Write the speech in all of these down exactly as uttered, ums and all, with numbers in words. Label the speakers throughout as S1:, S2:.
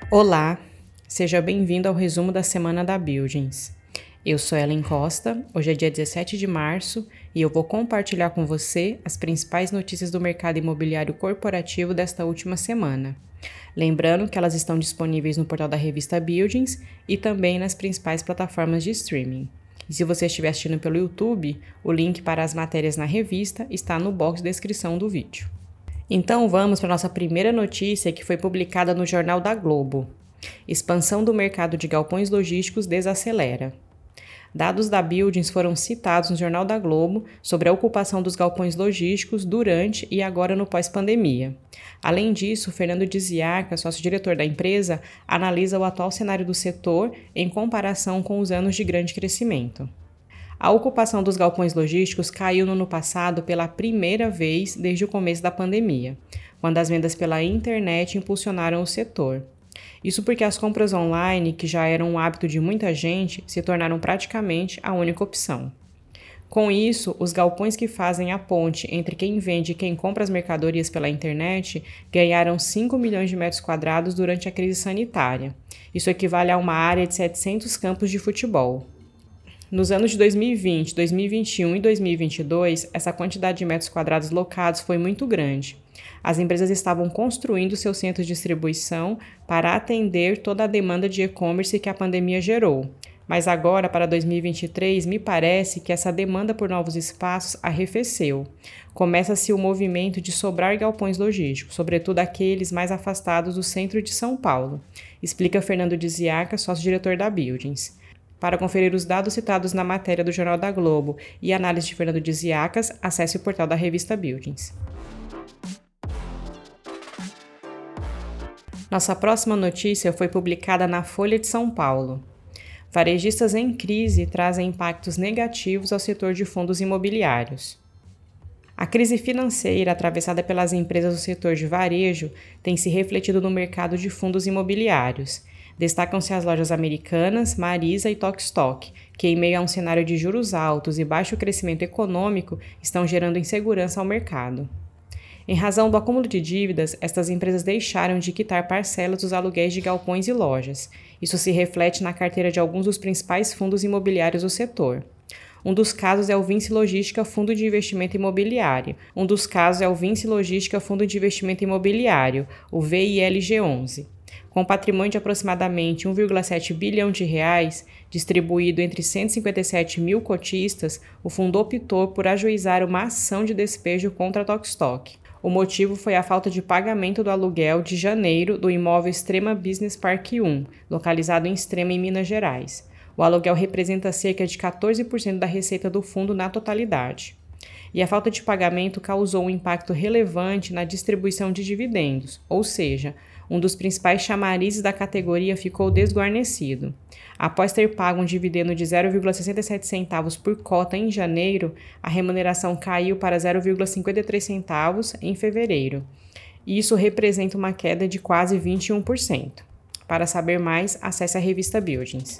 S1: Olá, seja bem-vindo ao resumo da semana da Buildings. Eu sou Ellen Costa, hoje é dia dezessete de março e eu vou compartilhar com você as principais notícias do mercado imobiliário corporativo desta última semana. Lembrando que elas estão disponíveis no portal da revista Buildings e também nas principais plataformas de streaming. E se você estiver assistindo pelo YouTube, o link para as matérias na revista está no box de descrição do vídeo. Então vamos para a nossa primeira notícia, que foi publicada no Jornal da Globo. Expansão do mercado de galpões logísticos desacelera. Dados da Buildings foram citados no Jornal da Globo sobre a ocupação dos galpões logísticos durante e agora no pós-pandemia. Além disso, Fernando Diziaca, sócio-diretor da empresa, analisa o atual cenário do setor em comparação com os anos de grande crescimento. A ocupação dos galpões logísticos caiu no ano passado pela primeira vez desde o começo da pandemia, quando as vendas pela internet impulsionaram o setor. Isso porque as compras online, que já eram um hábito de muita gente, se tornaram praticamente a única opção. Com isso, os galpões que fazem a ponte entre quem vende e quem compra as mercadorias pela internet ganharam cinco milhões de metros quadrados durante a crise sanitária. Isso equivale a uma área de setecentos campos de futebol. Nos anos de dois mil e vinte, dois mil e vinte e um e dois mil e vinte e dois, essa quantidade de metros quadrados locados foi muito grande. As empresas estavam construindo seus centros de distribuição para atender toda a demanda de e-commerce que a pandemia gerou. Mas agora, para dois mil e vinte e três, me parece que essa demanda por novos espaços arrefeceu. Começa-se o movimento de sobrar galpões logísticos, sobretudo aqueles mais afastados do centro de São Paulo, explica Fernando Diziaca, sócio-diretor da Buildings. Para conferir os dados citados na matéria do Jornal da Globo e análise de Fernando Diziacas, acesse o portal da revista Buildings. Nossa próxima notícia foi publicada na Folha de São Paulo. Varejistas em crise trazem impactos negativos ao setor de fundos imobiliários. A crise financeira atravessada pelas empresas do setor de varejo tem se refletido no mercado de fundos imobiliários. Destacam-se as lojas Americanas, Marisa e Tok-Stock, que em meio a um cenário de juros altos e baixo crescimento econômico estão gerando insegurança ao mercado. Em razão do acúmulo de dívidas, estas empresas deixaram de quitar parcelas dos aluguéis de galpões e lojas. Isso se reflete na carteira de alguns dos principais fundos imobiliários do setor. Um dos casos é o Vinci Logística Fundo de Investimento Imobiliário. Um dos casos é o Vinci Logística Fundo de Investimento Imobiliário, o V I L G onze. Com patrimônio de aproximadamente um vírgula sete bilhão de reais, distribuído entre cento e cinquenta e sete mil cotistas, o fundo optou por ajuizar uma ação de despejo contra a Tok-Stock. O motivo foi a falta de pagamento do aluguel de janeiro do imóvel Extrema Business Park um, localizado em Extrema, em Minas Gerais. O aluguel representa cerca de quatorze por cento da receita do fundo na totalidade. E a falta de pagamento causou um impacto relevante na distribuição de dividendos, ou seja, um dos principais chamarizes da categoria ficou desguarnecido. Após ter pago um dividendo de zero vírgula sessenta e sete centavos por cota em janeiro, a remuneração caiu para zero vírgula cinquenta e três centavos em fevereiro. Isso representa uma queda de quase vinte e um por cento. Para saber mais, acesse a revista Buildings.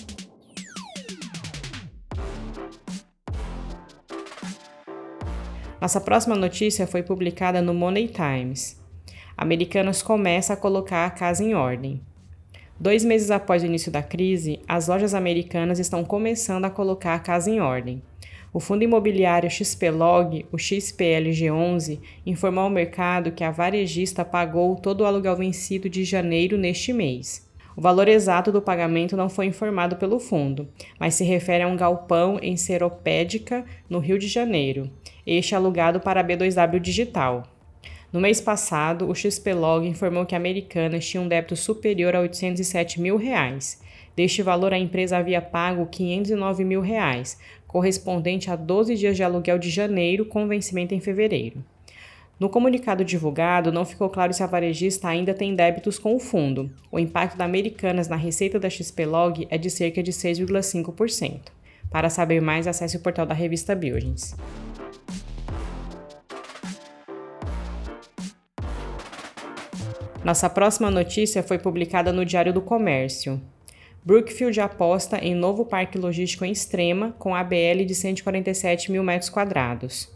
S1: Nossa próxima notícia foi publicada no Money Times. Americanas começa a colocar a casa em ordem. Dois meses após o início da crise, as lojas Americanas estão começando a colocar a casa em ordem. O fundo imobiliário X P Log, o X P L G onze, informou ao mercado que a varejista pagou todo o aluguel vencido de janeiro neste mês. O valor exato do pagamento não foi informado pelo fundo, mas se refere a um galpão em Seropédica, no Rio de Janeiro, este alugado para a B dois W Digital. No mês passado, o X P Log informou que a Americanas tinha um débito superior a oitocentos e sete mil reais. Deste valor, a empresa havia pago quinhentos e nove mil reais, correspondente a doze dias de aluguel de janeiro, com vencimento em fevereiro. No comunicado divulgado, não ficou claro se a varejista ainda tem débitos com o fundo. O impacto da Americanas na receita da X P Log é de cerca de seis vírgula cinco por cento. Para saber mais, acesse o portal da revista Buildings. Nossa próxima notícia foi publicada no Diário do Comércio. Brookfield aposta em novo parque logístico em Extrema, com A B L de cento e quarenta e sete mil metros quadrados.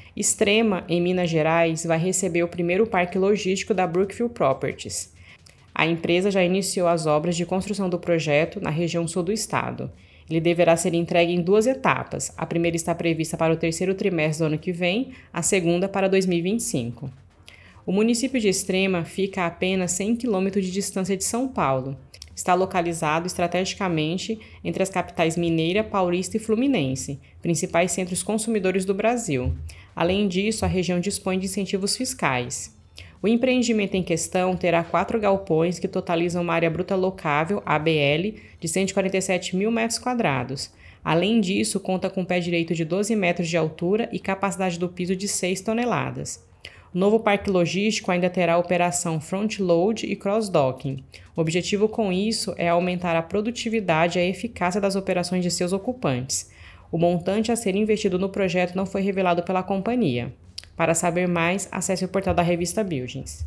S1: Extrema, em Minas Gerais, vai receber o primeiro parque logístico da Brookfield Properties. A empresa já iniciou as obras de construção do projeto na região sul do estado. Ele deverá ser entregue em duas etapas. A primeira está prevista para o terceiro trimestre do ano que vem, a segunda para dois mil e vinte e cinco. O município de Extrema fica a apenas cem quilômetros de distância de São Paulo. Está localizado estrategicamente entre as capitais Mineira, Paulista e Fluminense, principais centros consumidores do Brasil. Além disso, a região dispõe de incentivos fiscais. O empreendimento em questão terá quatro galpões que totalizam uma área bruta locável, A B L, de cento e quarenta e sete mil metros quadrados. Além disso, conta com pé direito de doze metros de altura e capacidade do piso de seis toneladas. O novo parque logístico ainda terá operação front-load e cross-docking. O objetivo com isso é aumentar a produtividade e a eficácia das operações de seus ocupantes. O montante a ser investido no projeto não foi revelado pela companhia. Para saber mais, acesse o portal da revista Buildings.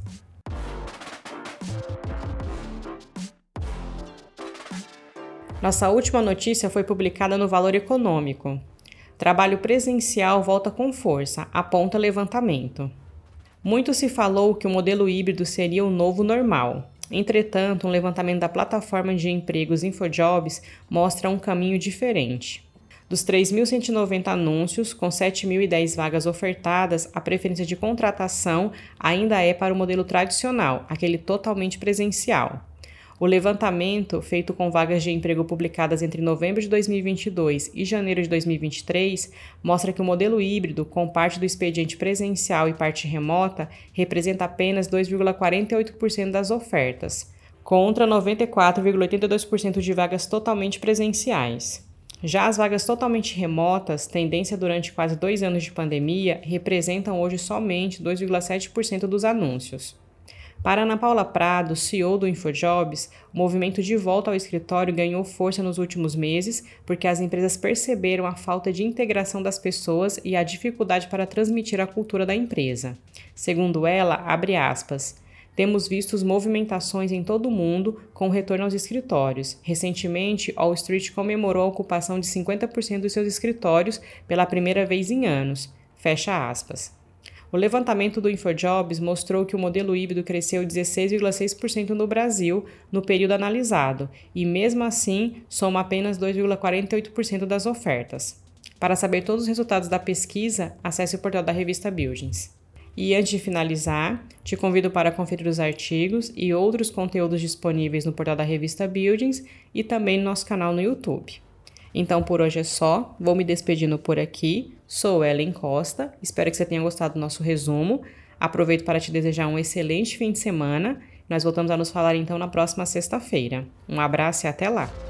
S1: Nossa última notícia foi publicada no Valor Econômico. Trabalho presencial volta com força, aponta levantamento. Muito se falou que o modelo híbrido seria o novo normal. Entretanto, um levantamento da plataforma de empregos InfoJobs mostra um caminho diferente. Dos três mil cento e noventa anúncios, com sete mil e dez vagas ofertadas, a preferência de contratação ainda é para o modelo tradicional, aquele totalmente presencial. O levantamento, feito com vagas de emprego publicadas entre novembro de dois mil e vinte e dois e janeiro de dois mil e vinte e três, mostra que o modelo híbrido, com parte do expediente presencial e parte remota, representa apenas dois vírgula quarenta e oito por cento das ofertas, contra noventa e quatro vírgula oitenta e dois por cento de vagas totalmente presenciais. Já as vagas totalmente remotas, tendência durante quase dois anos de pandemia, representam hoje somente dois vírgula sete por cento dos anúncios. Para Ana Paula Prado, C E O do InfoJobs, o movimento de volta ao escritório ganhou força nos últimos meses porque as empresas perceberam a falta de integração das pessoas e a dificuldade para transmitir a cultura da empresa. Segundo ela, abre aspas, temos visto movimentações em todo o mundo com o retorno aos escritórios. Recentemente, Wall Street comemorou a ocupação de cinquenta por cento dos seus escritórios pela primeira vez em anos. Fecha aspas. O levantamento do InfoJobs mostrou que o modelo híbrido cresceu dezesseis vírgula seis por cento no Brasil no período analisado e, mesmo assim, soma apenas dois vírgula quarenta e oito por cento das ofertas. Para saber todos os resultados da pesquisa, acesse o portal da revista Buildings. E antes de finalizar, te convido para conferir os artigos e outros conteúdos disponíveis no portal da revista Buildings e também no nosso canal no YouTube. Então, por hoje é só. Vou me despedindo por aqui. Sou Ellen Costa. Espero que você tenha gostado do nosso resumo. Aproveito para te desejar um excelente fim de semana. Nós voltamos a nos falar então na próxima sexta-feira. Um abraço e até lá!